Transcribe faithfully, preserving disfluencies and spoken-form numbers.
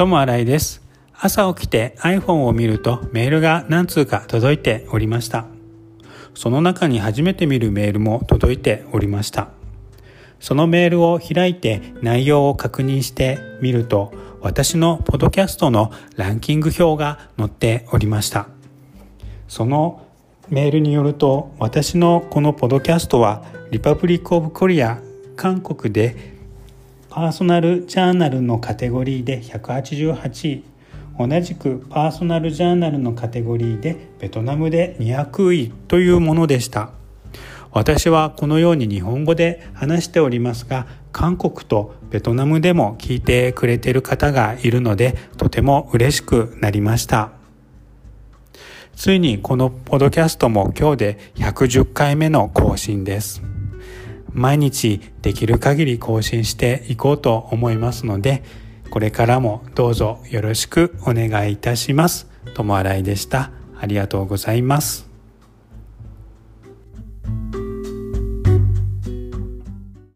友新井です。朝起きて iPhone を見るとメールが何通か届いておりました。その中に初めて見るメールも届いておりました。そのメールを開いて内容を確認してみると、私のポッドキャストのランキング表が載っておりました。そのメールによると、私のこのポッドキャストはリパブリックオブコリア、韓国でパーソナルジャーナルのカテゴリーでひゃくはちじゅうはちい、同じくパーソナルジャーナルのカテゴリーでベトナムでにひゃくいというものでした。私はこのように日本語で話しておりますが、韓国とベトナムでも聞いてくれている方がいるので、とても嬉しくなりました。ついにこのポッドキャストも今日でひゃくじゅっかいめの更新です。毎日できる限り更新していこうと思いますので、これからもどうぞよろしくお願いいたします。友新井でした。ありがとうございます。